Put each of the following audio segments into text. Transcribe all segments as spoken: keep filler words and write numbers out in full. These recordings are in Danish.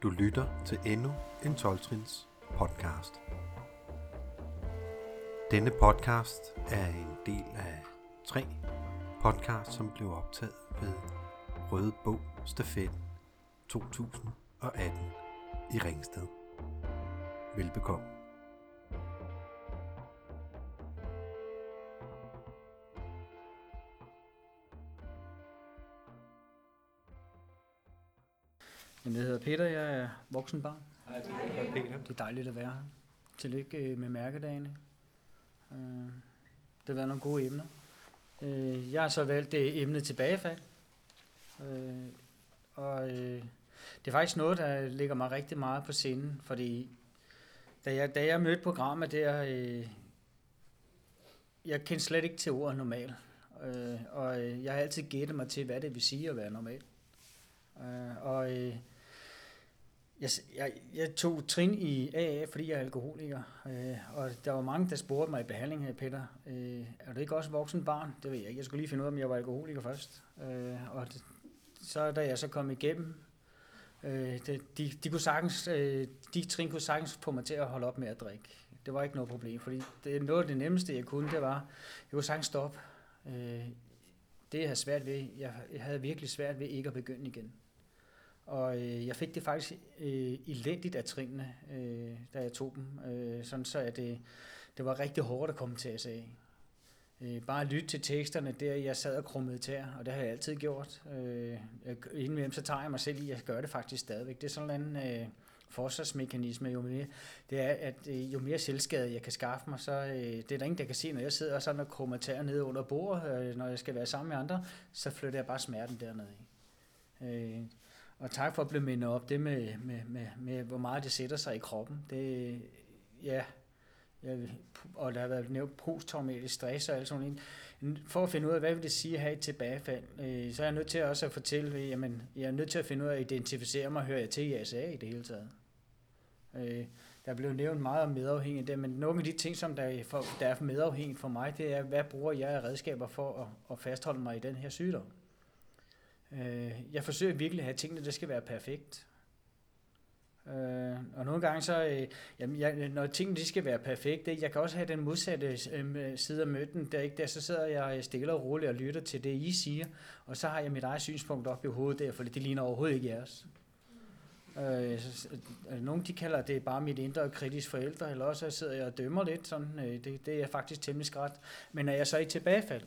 Du lytter til endnu en tolv-trins podcast. Denne podcast er en del af tre podcasts, som blev optaget ved Røde Bog Stafetten to tusind atten i Ringsted. Velbekomme. Jeg hedder Peter, jeg er voksenbarn. Hej Peter. Det er dejligt at være her. Tillykke med mærkedagene. Det har været nogle gode emner. Jeg har så valgt det emne tilbagefald. Og det er faktisk noget, der ligger mig rigtig meget på sinden, fordi da jeg, da jeg mødte programmet der, jeg kendte slet ikke til ordet normal. Og jeg har altid gættet mig til, hvad det vil sige at være normal. Og Jeg, jeg, jeg tog trin i A A, fordi jeg er alkoholiker, øh, og der var mange, der spurgte mig i behandling her, Peter, øh, er du ikke også voksen barn? Det ved jeg ikke. Jeg skulle lige finde ud af, om jeg var alkoholiker først. Øh, og det, så da jeg så kom igennem, øh, det, de, de, kunne sagtens, øh, de trin kunne sagtens få mig til at holde op med at drikke. Det var ikke noget problem, fordi det, noget af det nemmeste, jeg kunne, det var, jeg kunne sagtens stoppe. Øh, det jeg havde svært ved, jeg, jeg havde virkelig svært ved ikke at begynde igen. Og øh, jeg fik det faktisk øh, elendigt af trinene, øh, da jeg tog dem, øh, sådan så at det, det var rigtig hårdt at komme til S A. Øh, bare at lytte til teksterne, der jeg sad og krummede tæer, og det har jeg altid gjort. Øh, indimellem så tager jeg mig selv i, at jeg gør det faktisk stadigvæk. Det er sådan en øh, forsvarsmekanisme, jo mere, det er, at øh, jo mere selvskade jeg kan skaffe mig, så øh, det er der ingen, der kan se, når jeg sidder sådan og krummer tæer nede under bordet, øh, når jeg skal være sammen med andre, så flytter jeg bare smerten dernede i. Øh, Og tak for at blive mindet op, det med, med, med, med hvor meget det sætter sig i kroppen. Det, ja, jeg, og der har været nævnt posttraumatisk stress og alt sådan noget. For at finde ud af, hvad vil det sige at have et tilbagefald, øh, så er jeg nødt til også at fortælle, jamen, jeg er nødt til at finde ud af at identificere mig, hører jeg til i S A i det hele taget. Øh, der er blevet nævnt meget om medafhængighed der, men nogle af de ting, som der er, for, der er medafhængigt for mig, det er, hvad bruger jeg af redskaber for at, at fastholde mig i den her sygdom. Jeg forsøger virkelig at have tingene, der skal være perfekt. Og nogle gange så, jamen jeg, når tingene de skal være perfekte, jeg kan også have den modsatte side af mønten, der ikke der, så sidder jeg stille og roligt og lytter til det, I siger, og så har jeg mit eget synspunkt op i hovedet der, for det ligner overhovedet ikke jeres. Nogle de kalder det bare mit indre kritisk forældre, eller også sidder jeg og dømmer lidt, sådan, det, det er jeg faktisk temmelig skræt. Men når jeg så er i tilbagefald,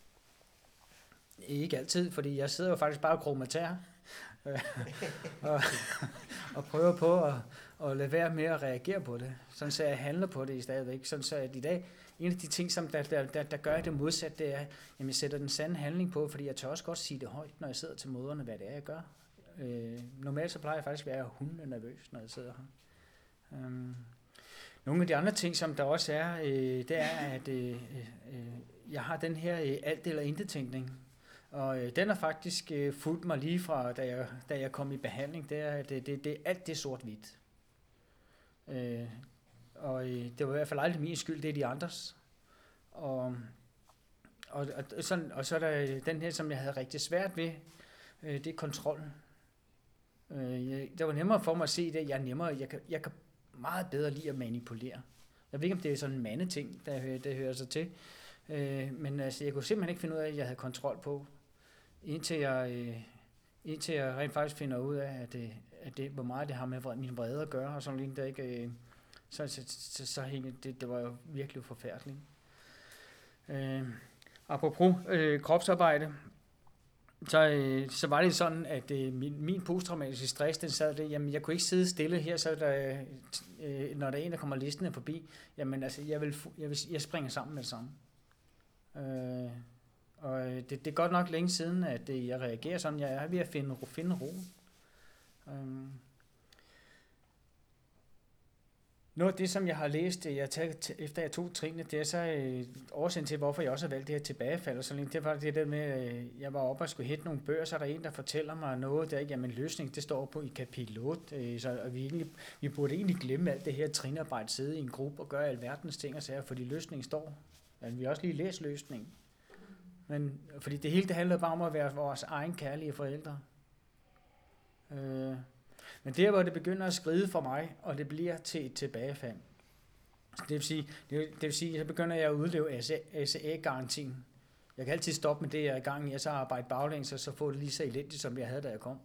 ikke altid, fordi jeg sidder jo faktisk bare og krummer tæer og, og prøver på at, at lade være med at reagere på det, sådan så jeg handler på det i stadigvæk. Sådan så at i dag, en af de ting, som der, der, der, der gør det modsat, det er, at jeg sætter den sande handling på, fordi jeg tør også godt sige det højt, når jeg sidder til møderne, hvad det er, jeg gør. Øh, normalt så plejer jeg faktisk at være hundene nervøs, når jeg sidder her. Um, Nogle af de andre ting, som der også er, øh, det er, at øh, øh, jeg har den her øh, alt eller intet tænkning. Og øh, den har faktisk øh, fulgt mig lige fra, da jeg, da jeg kom i behandling. Det er, det, det, det, alt det er sort-hvidt. Øh, og øh, det var i hvert fald aldrig min skyld, det er de andres. Og, og, og, sådan, og så er der den her, som jeg havde rigtig svært ved, øh, det er kontrollen. Øh, jeg, det var nemmere for mig at se det. Jeg er nemmere, jeg kan, jeg kan meget bedre lide at manipulere. Jeg ved ikke, om det er sådan en mandeting, der, der hører sig til. Øh, men altså, jeg kunne simpelthen ikke finde ud af, at jeg havde kontrol på, indtil jeg, øh, indtil jeg rent faktisk finder ud af, at det, at det, hvor meget det har med min vrede at gøre, og sådan lignende, der ikke, øh, så, så, så, så hænger det, det var jo virkelig forfærdeligt. Øh, apropos øh, kropsarbejde, så, øh, så var det sådan, at øh, min, min posttraumatiske stress, den sad det, jamen jeg kunne ikke sidde stille her, så der, øh, når der er en, der kommer listende forbi, jamen altså, jeg, vil, jeg, vil, jeg springer sammen med det samme. Øh, og det, det er godt nok længe siden, at jeg reagerer sådan. Jeg er ved at finde, finde ro. Øh. Noget af det, som jeg har læst, jeg taget, efter jeg tog trinene, det er så øh, årsagen til, hvorfor jeg også har valgt det her tilbagefald. Og sådan, det var det der med, at øh, jeg var oppe og skulle hætte nogle bøger, så er der en, der fortæller mig noget, der ikke, jamen løsning, det står på i kapitel otte, øh, så og vi, egentlig, vi burde egentlig glemme alt det her trinarbejde, sidde i en gruppe og gøre alverdens ting og sager, fordi løsningen står. Altså, vi har også lige læst løsningen. Men, fordi det hele det handler bare om at være vores egen kærlige forældre. Øh, Men der, hvor det begynder at skride for mig, og det bliver til et tilbagefald, det vil sige, det vil sige, så begynder jeg at udleve A C A-garantien. Jeg kan altid stoppe med det, jeg er i gang i, og så arbejde baglæns, og så få det lige så elendigt, som jeg havde, da jeg kom.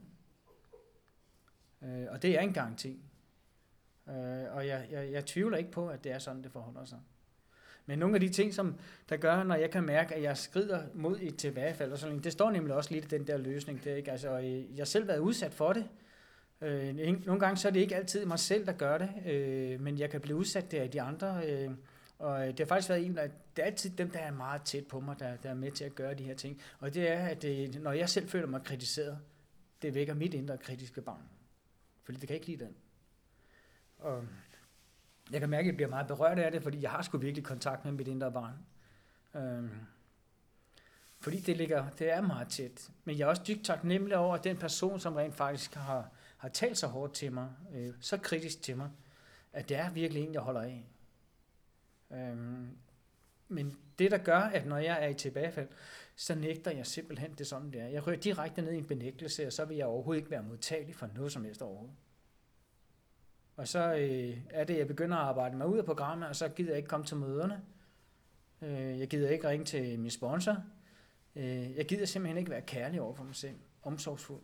Øh, og det er en garanti. Øh, og jeg, jeg, jeg tvivler ikke på, at det er sådan, det forholder sig. Men nogle af de ting, som der gør, når jeg kan mærke, at jeg skrider mod et tilbagefald, og sådan, det står nemlig også lidt i den der løsning. Det, ikke? Altså, jeg har selv været udsat for det. Øh, nogle gange så er det ikke altid mig selv, der gør det, øh, men jeg kan blive udsat der af de andre. Øh, og det har faktisk været en, at det er altid dem, der er meget tæt på mig, der, der er med til at gøre de her ting. Og det er, at det, når jeg selv føler mig kritiseret, det vækker mit indre kritiske barn. Fordi det kan ikke lide den. Og jeg kan mærke, at jeg bliver meget berørt af det, fordi jeg har sgu virkelig kontakt med mit indre barn. Øhm, fordi det ligger, det er meget tæt. Men jeg er også dybt taknemmelig over, at den person, som rent faktisk har, har talt så hårdt til mig, øh, så kritisk til mig, at det er virkelig en, jeg holder af. Øhm, men det, der gør, at når jeg er i tilbagefald, så nægter jeg simpelthen det sådan, det er. Jeg rører direkte ned i en benægtelse, og så vil jeg overhovedet ikke være modtagelig for noget som helst overhovedet. Og så øh, er det, jeg begynder at arbejde mig ud af programmet, og så gider jeg ikke komme til møderne. Øh, jeg gider ikke ringe til min sponsor. Øh, jeg gider simpelthen ikke være kærlig over for mig selv. Omsorgsfuld.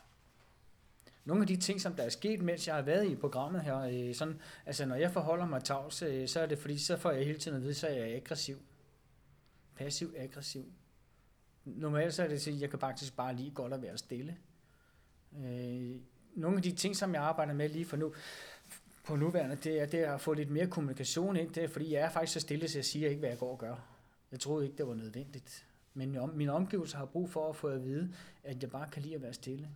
Nogle af de ting, som der er sket, mens jeg har været i programmet her, øh, sådan, altså når jeg forholder mig tavs, øh, så er det fordi, så får jeg hele tiden at vide, så er jeg aggressiv. Passiv-aggressiv. Normalt så er det, at jeg kan faktisk bare lige godt at være stille. Øh, nogle af de ting, som jeg arbejder med lige for nu, på nuværende, det er, det er at få lidt mere kommunikation ind. Det er, fordi jeg er faktisk så stille, så jeg siger ikke, hvad jeg går og gør. Jeg troede ikke, det var nødvendigt. Men mine omgivelser har brug for at få at vide, at jeg bare kan lide at være stille.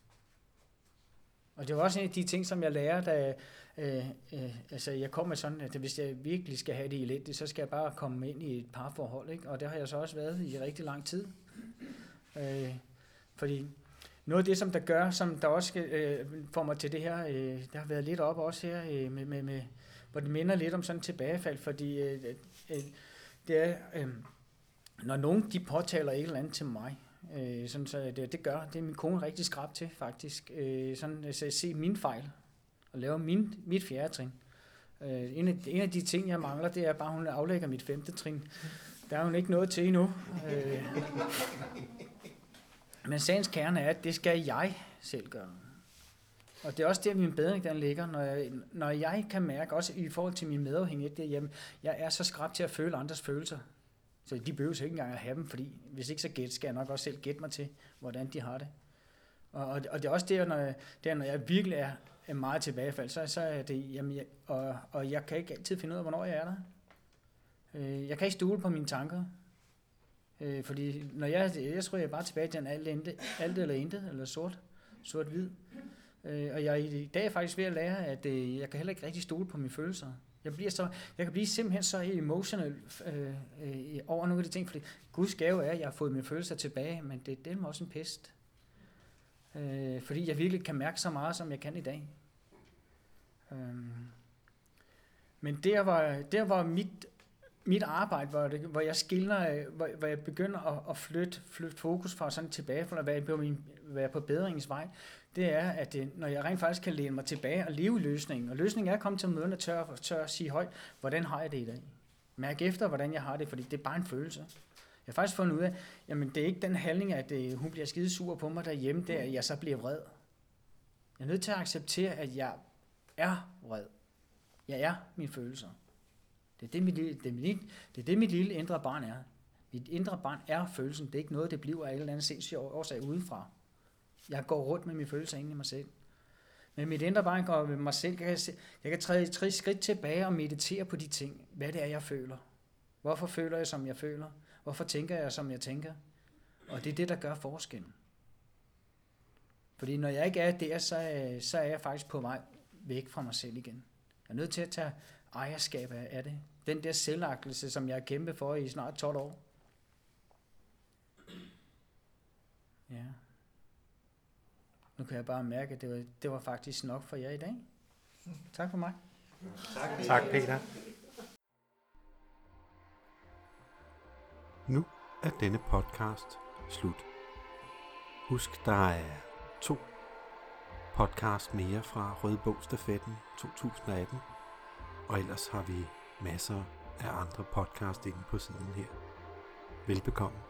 Og det var også en af de ting, som jeg lærer, da øh, øh, altså jeg kom med sådan, at hvis jeg virkelig skal have det elendigt, så skal jeg bare komme ind i et parforhold, ikke? Og det har jeg så også været i rigtig lang tid. Øh, fordi noget af det, som der gør, som der også øh, får mig til det her, øh, der har været lidt op også her, øh, med, med, med, hvor det minder lidt om sådan en tilbagefald, fordi øh, øh, det er, øh, når nogen de påtaler et eller andet til mig, øh, sådan, så det, det gør, det er min kone rigtig skrab til faktisk, øh, sådan, så jeg ser min fejl, og laver min, mit fjerde trin. Øh, en, af, en af de ting, jeg mangler, det er bare, at hun aflægger mit femte trin. Der er hun ikke noget til endnu. Øh, Men sagens kerne er, at det skal jeg selv gøre. Og det er også der, min bedring den ligger, når jeg, når jeg kan mærke, også i forhold til min medafhængighed derhjemme, jeg er så skrab til at føle andres følelser. Så de behøver ikke engang at have dem, fordi hvis ikke så gæt, skal jeg nok også selv gætte mig til, hvordan de har det. Og, og, og det er også der, når jeg, der, når jeg virkelig er, er meget tilbagefald, så, så er det, jamen, jeg, og, og jeg kan ikke altid finde ud af, hvornår jeg er der. Jeg kan ikke stole på mine tanker. Øh, fordi når jeg, jeg tror, jeg er bare tilbage til den alt, intet, alt eller intet, eller sort, sort-hvid. Øh, og jeg er i dag faktisk ved at lære, at øh, jeg kan heller ikke rigtig stole på mine følelser. Jeg, bliver så, jeg kan blive simpelthen så emotional øh, øh, over nogle af de ting, fordi Guds gave er, at jeg har fået mine følelser tilbage, men det, det er også en pest. Øh, fordi jeg virkelig kan mærke så meget, som jeg kan i dag. Øh, men der var, der var mit... Mit arbejde, hvor, det, hvor jeg skiller, hvor, hvor jeg begynder at, at flytte, flytte fokus fra sådan tilbage, for at være på, min, være på bedringens vej, det er, at det, når jeg rent faktisk kan læne mig tilbage og leve i løsningen, og løsningen er at komme til møderne og tør, tør at sige højt, hvordan har jeg det i dag? Mærk efter, hvordan jeg har det, fordi det er bare en følelse. Jeg har faktisk fundet ud af, jamen det er ikke den handling, at det, hun bliver skide sur på mig derhjemme, det er, at jeg så bliver vred. Jeg er nødt til at acceptere, at jeg er vred. Jeg er mine følelser. Det er det, mit lille, det, er mit, det er det, mit lille indre barn er. Mit indre barn er følelsen. Det er ikke noget, det bliver af en eller anden sindssyg årsag udefra. Jeg går rundt med mine følelser inde i mig selv. Men mit indre barn går med mig selv. Jeg kan, jeg kan træde tre skridt tilbage og meditere på de ting. Hvad det er, jeg føler. Hvorfor føler jeg, som jeg føler? Hvorfor tænker jeg, som jeg tænker? Og det er det, der gør forskellen. Fordi når jeg ikke er der, så, så er jeg faktisk på vej væk fra mig selv igen. Jeg er nødt til at tage ejerskab af det. Den der selvagtelse, som jeg har kæmpet for i snart tolv år. Ja. Nu kan jeg bare mærke, at det var, det var faktisk nok for jer i dag. Tak for mig. Tak, tak Peter. Nu er denne podcast slut. Husk, der er to podcast mere fra Røde Stafetten to tusind atten, og ellers har vi masser af andre podcast inde på siden her. Velbekomme.